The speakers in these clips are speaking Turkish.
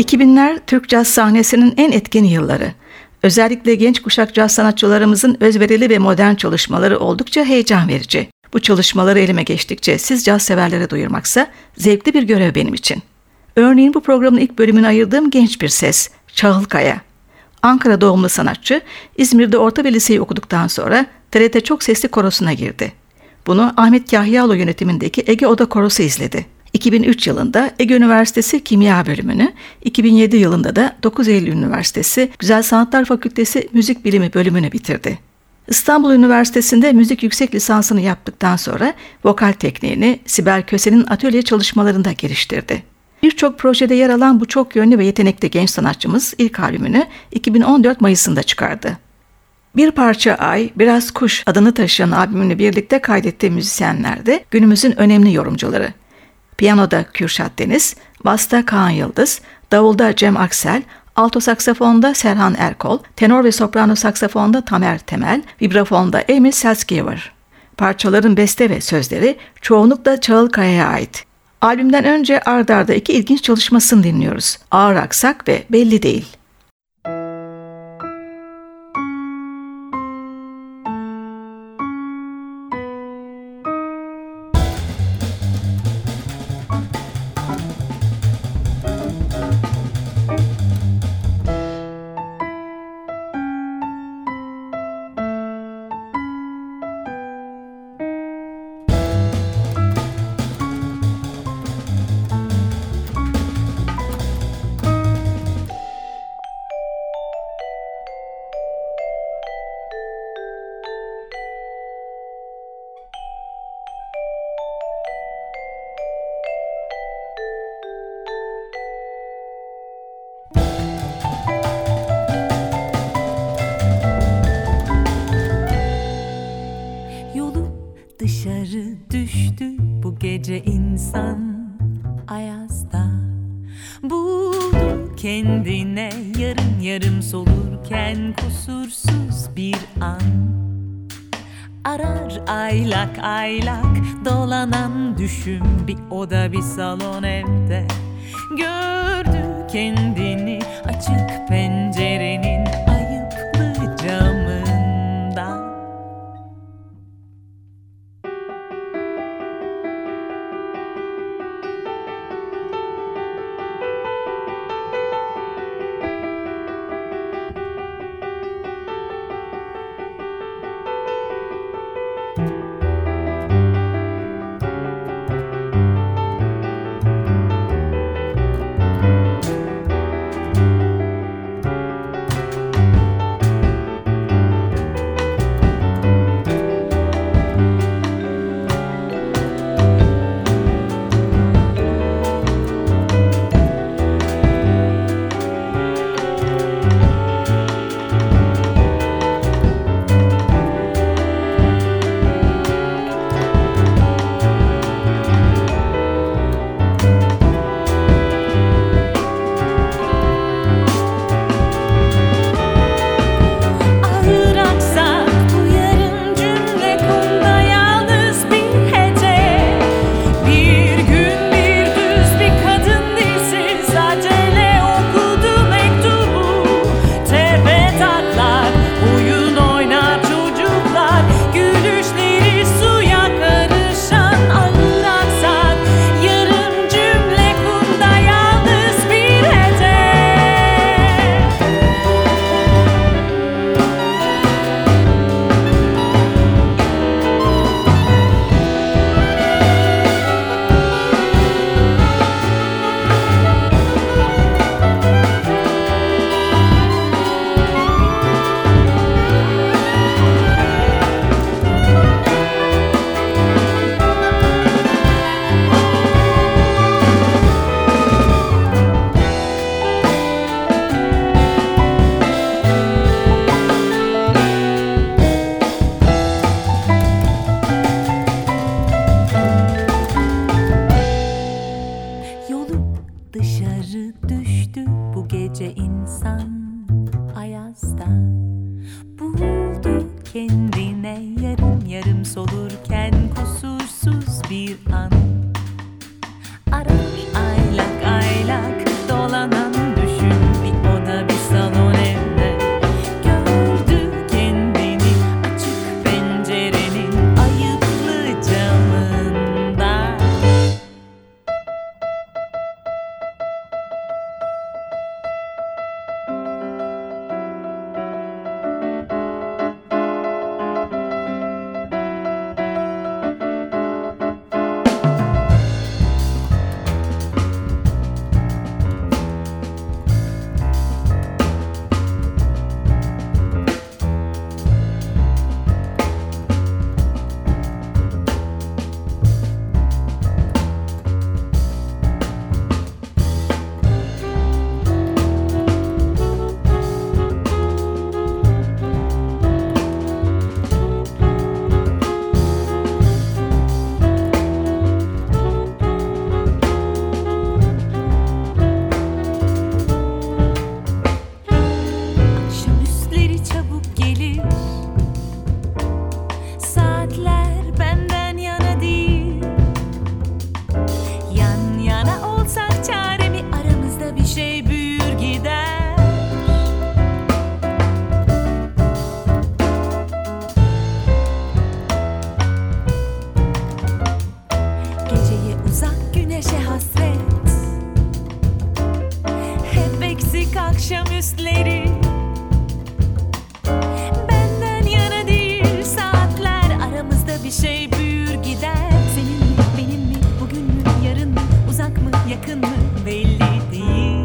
2000'ler Türk caz sahnesinin en etkin yılları. Özellikle genç kuşak caz sanatçılarımızın özverili ve modern çalışmaları oldukça heyecan verici. Bu çalışmaları elime geçtikçe siz caz severlere duyurmaksa zevkli bir görev benim için. Örneğin bu programın ilk bölümünü ayırdığım genç bir ses, Çağıl Kaya. Ankara doğumlu sanatçı, İzmir'de orta ve liseyi okuduktan sonra TRT Çok Sesli Korosu'na girdi. Bunu Ahmet Kahyaoğlu yönetimindeki Ege Oda Korosu izledi. 2003 yılında Ege Üniversitesi Kimya bölümünü, 2007 yılında da 9 Eylül Üniversitesi Güzel Sanatlar Fakültesi Müzik Bilimi bölümünü bitirdi. İstanbul Üniversitesi'nde müzik yüksek lisansını yaptıktan sonra vokal tekniğini Sibel Köse'nin atölye çalışmalarında geliştirdi. Birçok projede yer alan bu çok yönlü ve yetenekli genç sanatçımız ilk albümünü 2014 Mayıs'ında çıkardı. Bir Parça Ay, Biraz Kuş adını taşıyan albümünü birlikte kaydettiği müzisyenler de günümüzün önemli yorumcuları. Piyanoda Kürşat Deniz, basta Kaan Yıldız, davulda Cem Aksel, alto saksafonda Serhan Erkol, tenor ve soprano saksafonda Tamer Temel, vibrafonda Emil Selskiver. Parçaların beste ve sözleri çoğunlukla Çağıl Kaya'ya ait. Albümden önce ard arda iki ilginç çalışmasını dinliyoruz. Ağır Aksak ve Belli Değil. Dışarı düştü bu gece insan ayazda, buldu kendine yarım yarım solurken kusursuz bir an. Arar aylak aylak dolanan düşüm bir oda bir salon evde. Gördü kendini açık pencerenin ayıplı camında. solurken kusursuz bir an. Arar aylak aylak dolanan güneşe hasret, hep eksik akşamüstleri. Benden yana değil saatler, aramızda bir şey büyür gider. Senin mi, benim mi, bugün mü, yarın mı, uzak mı, yakın mı, belli değil.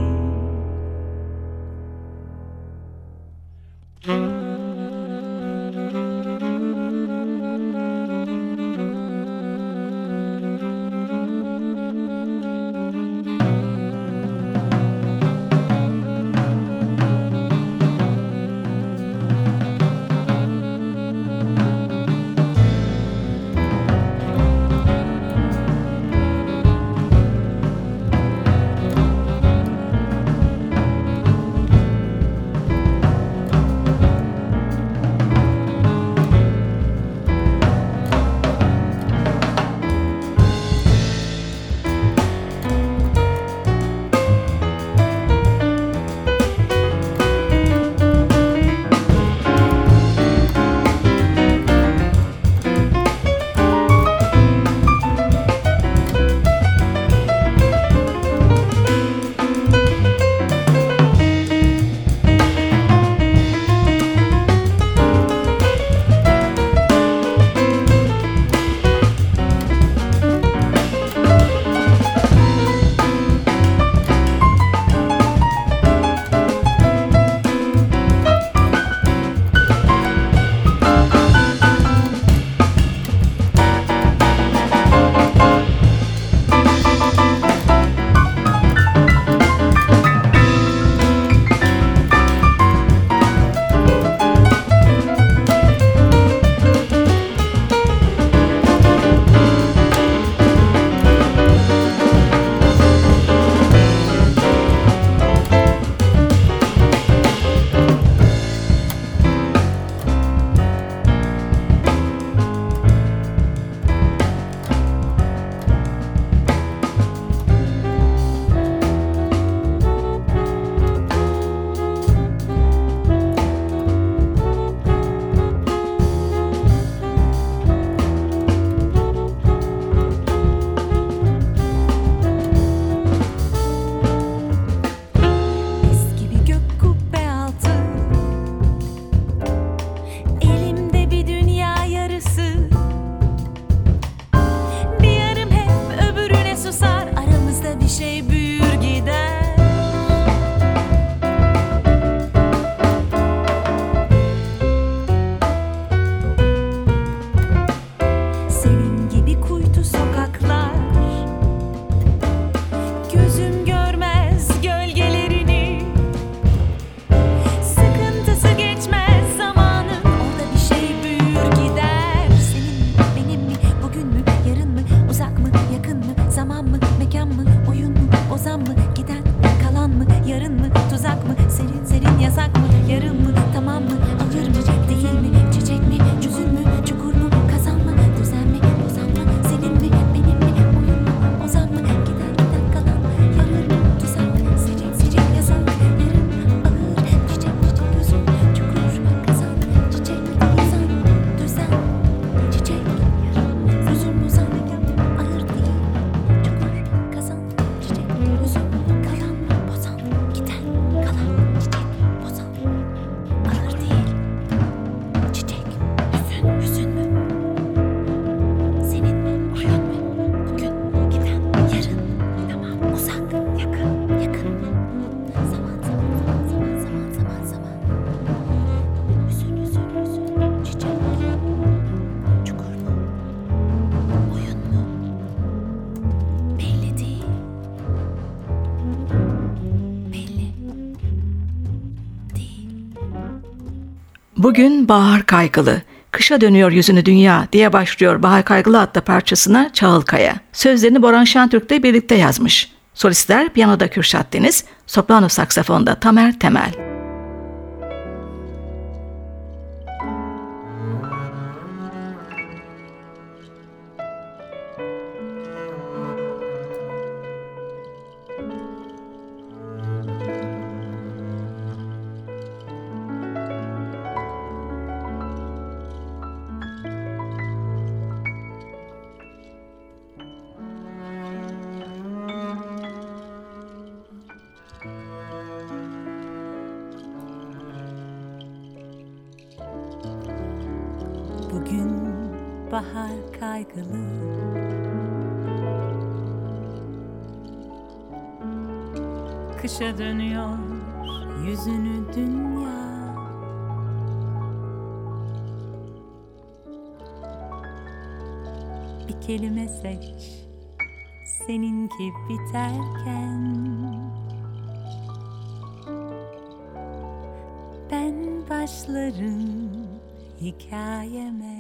Bugün bahar kaygılı, kışa dönüyor yüzünü dünya diye başlıyor Bahar Kaygılı adlı parçasına Çağılkaya. Sözlerini Boran Şentürk'le birlikte yazmış. Solistler piyanoda Kürşat Deniz, soprano saksafonda Tamer Temel. bahar kaygılı. Kışa dönüyor yüzünü dünya. Bir kelime seç seninki biterken. Ben başlarım hikayeme.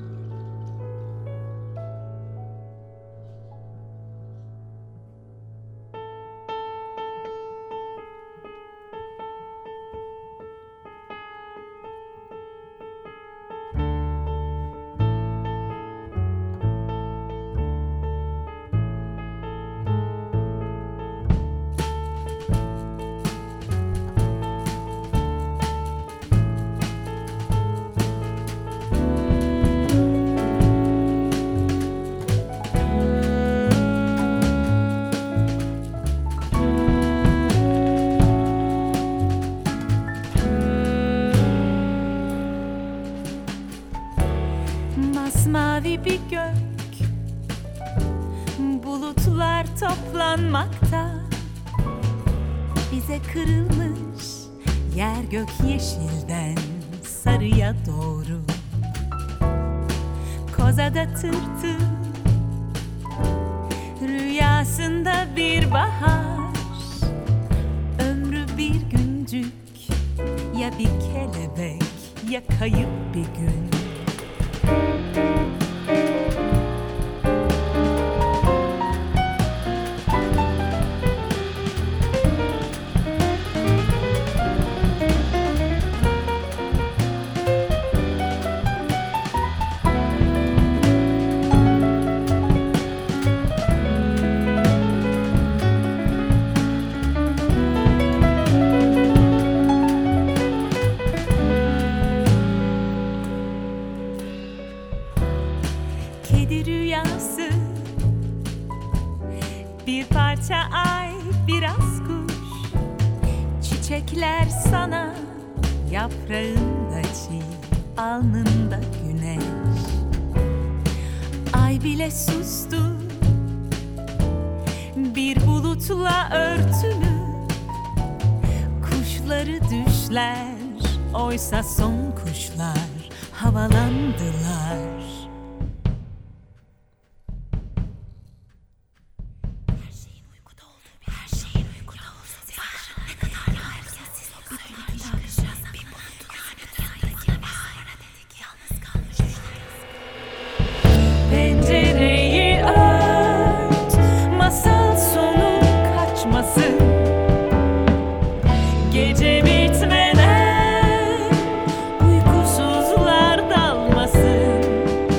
Masmavi bir gök, bulutlar toplanmakta. Bize kırılmış yer gök yeşilden sarıya doğru. Kozada tırtıl, rüyasında bir bahar. Ömrü bir güncük, ya bir kelebek ya kayıp bir gün. Kedi rüyası, bir parça ay, biraz kuş. Çiçekler sana, yaprağında çiğ, alnında güneş. Ay bile sustu, bir bulutla örtülü. Kuşları düşler, oysa son kuşlar havalandılar. Pencereyi ört, masal sonu kaçmasın. Gece bitmeden uykusuzlar dalmasın.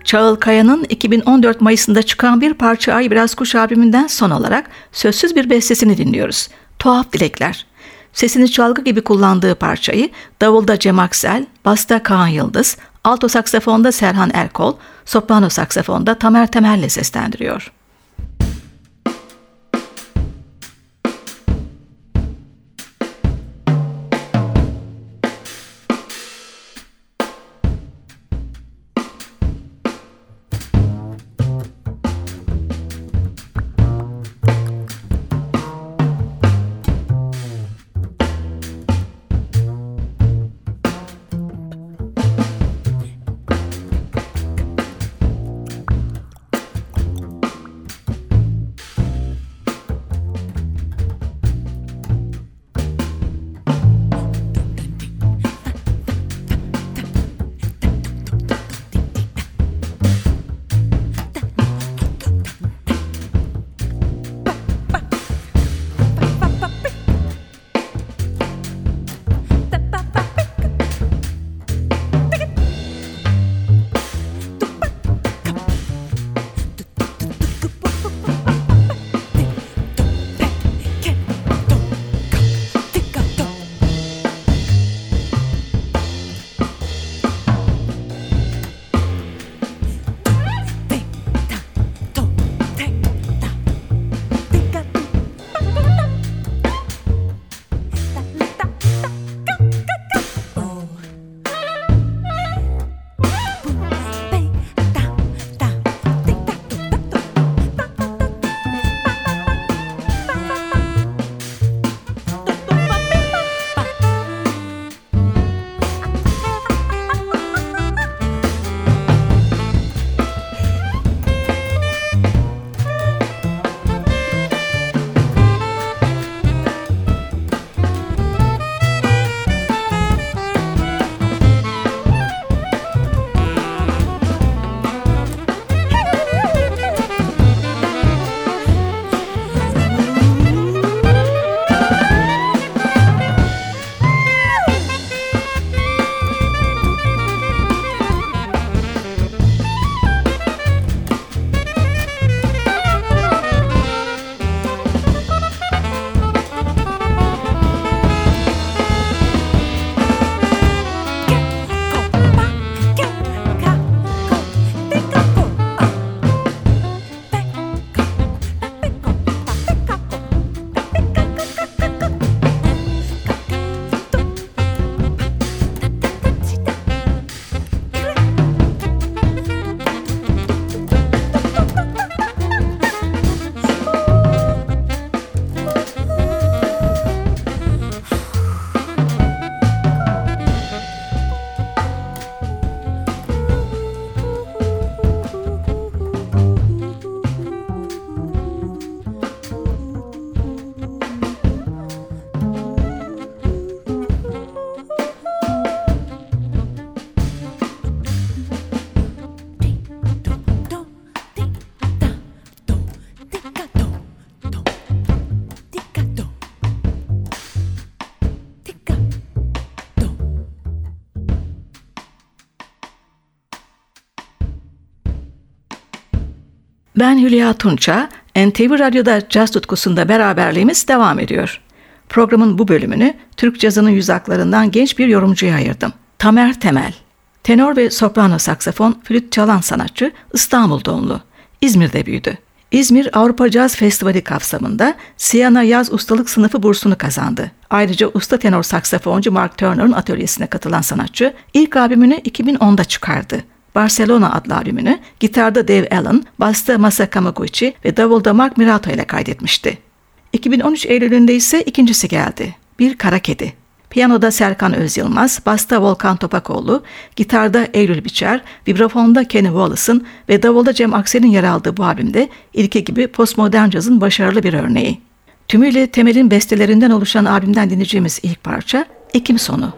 Çağıl Kaya'nın 2014 Mayıs'ında çıkan Bir Parça Ay Biraz Kuş albümünden son olarak sözsüz bir bestesini dinliyoruz. Tuhaf Dilekler. Sesini çalgı gibi kullandığı parçayı davulda Cem Aksel, basta Kaan Yıldız, alto saksafonda Serhan Erkol, soprano saksafonda Tamer Temel'le seslendiriyor. Ben Hülya Tunça, NTV Radyo'da caz tutkusunda beraberliğimiz devam ediyor. Programın bu bölümünü Türk cazının yüzaklarından genç bir yorumcuya ayırdım. Tamer Temel. Tenor ve soprano saksafon, flüt çalan sanatçı, İstanbul doğumlu. İzmir'de büyüdü. İzmir Avrupa Caz Festivali kapsamında Siyana Yaz Ustalık Sınıfı bursunu kazandı. Ayrıca usta tenor saksafoncu Mark Turner'ın atölyesine katılan sanatçı ilk albümünü 2010'da çıkardı. Barcelona adlı albümünü gitarda Dave Allen, basta Masa Kamaguchi ve davulda Mark Mirato ile kaydetmişti. 2013 Eylül'ünde ise ikincisi geldi. Bir Kara Kedi. Piyanoda Serkan Özyılmaz, basta Volkan Topakoğlu, gitarda Eylül Biçer, vibrafonda Kenny Wallace'ın ve davulda Cem Aksel'in yer aldığı bu albümde ilki gibi postmodern cazın başarılı bir örneği. Tümüyle Temel'in bestelerinden oluşan albümden dinleyeceğimiz ilk parça Ekim Sonu.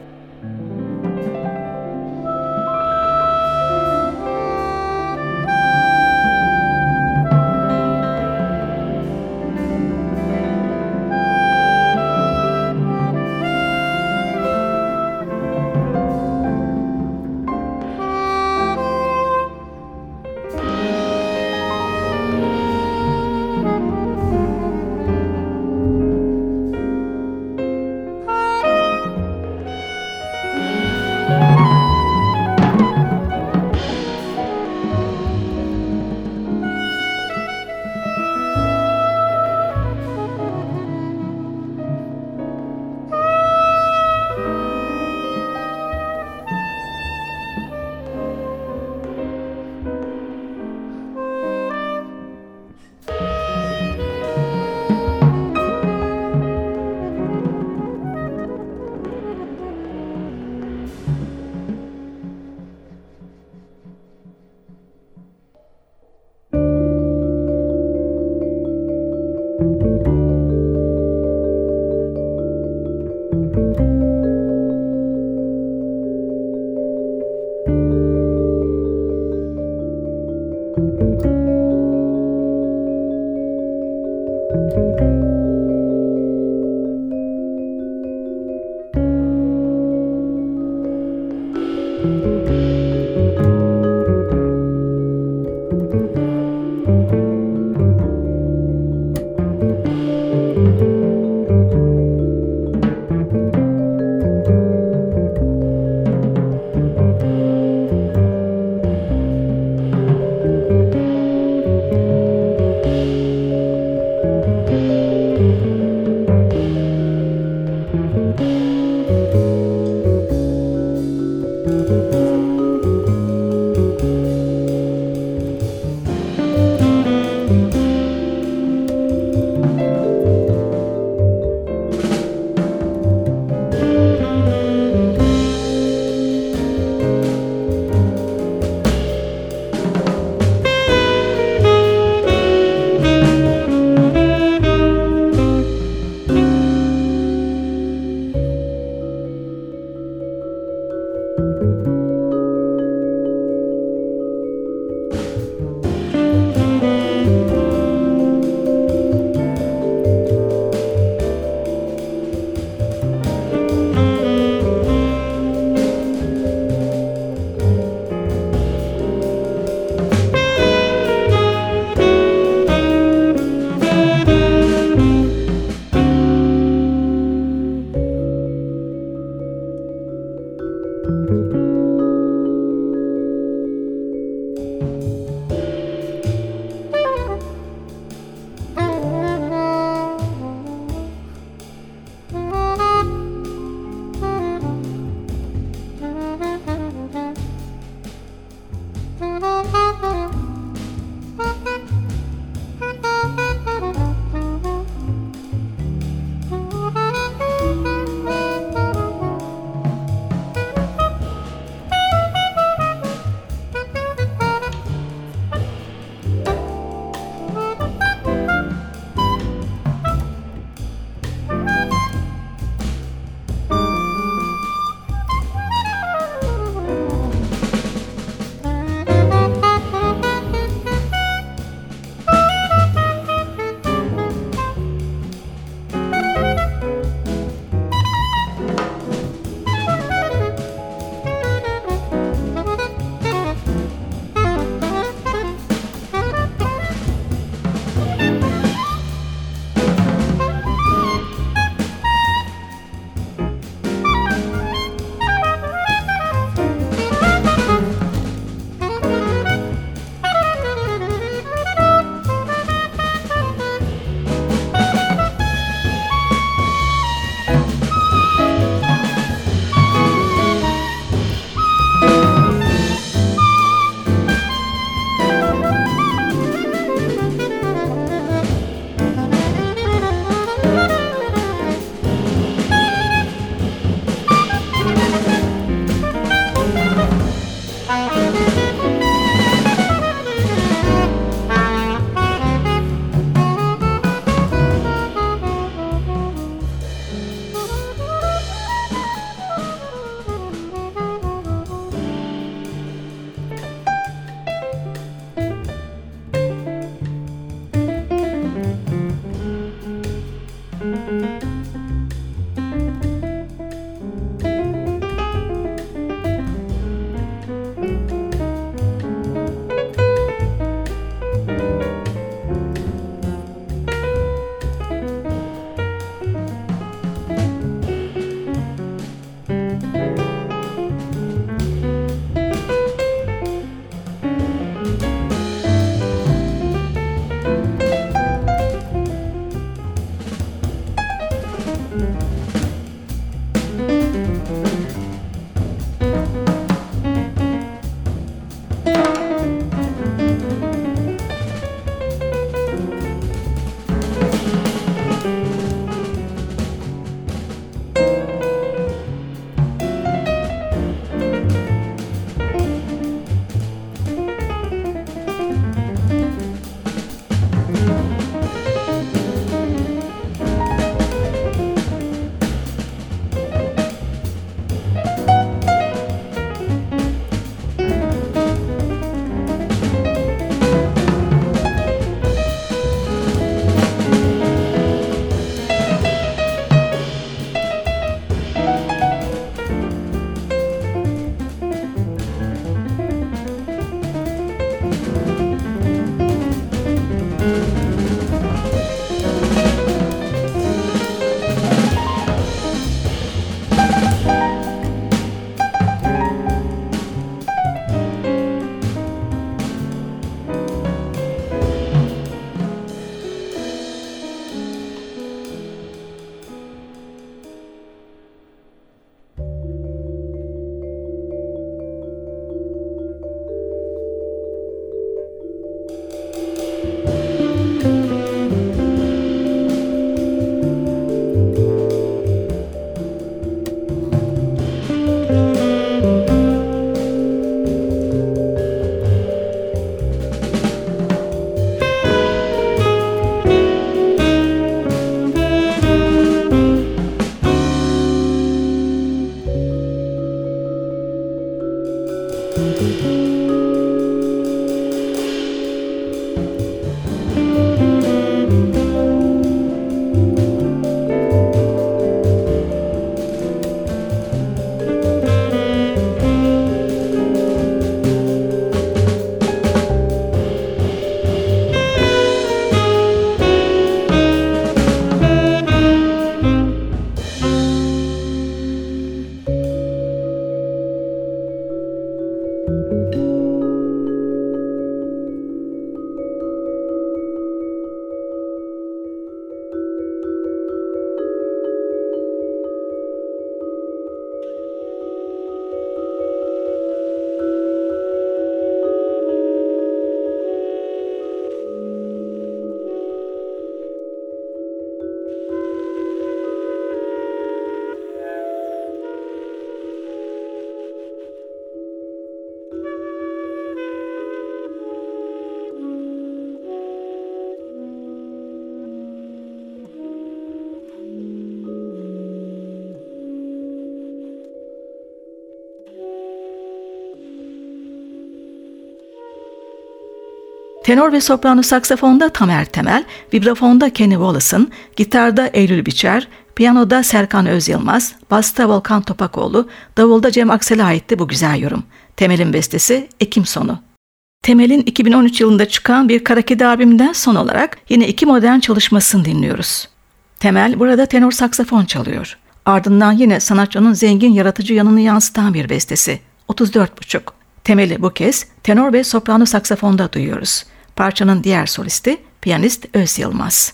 Tenor ve soprano saksafonda Tamer Temel, vibrafonda Kenny Wallace'ın, gitarda Eylül Biçer, piyanoda Serkan Özyılmaz, basta Volkan Topakoğlu, davulda Cem Aksel'e aitti bu güzel yorum. Temel'in bestesi Ekim Sonu. Temel'in 2013 yılında çıkan bir Kara Kedi albümünden son olarak yine iki modern çalışmasını dinliyoruz. Temel burada tenor saksafon çalıyor. Ardından yine sanatçının zengin yaratıcı yanını yansıtan bir bestesi 34,5. Temel'i bu kez tenor ve soprano saksafonda duyuyoruz. Parçanın diğer solisti piyanist Özyılmaz.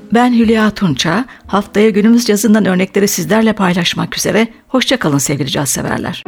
Ben Hülya Tunça. Haftaya günümüz cazından örnekleri sizlerle paylaşmak üzere. Hoşça kalın sevgili caz severler.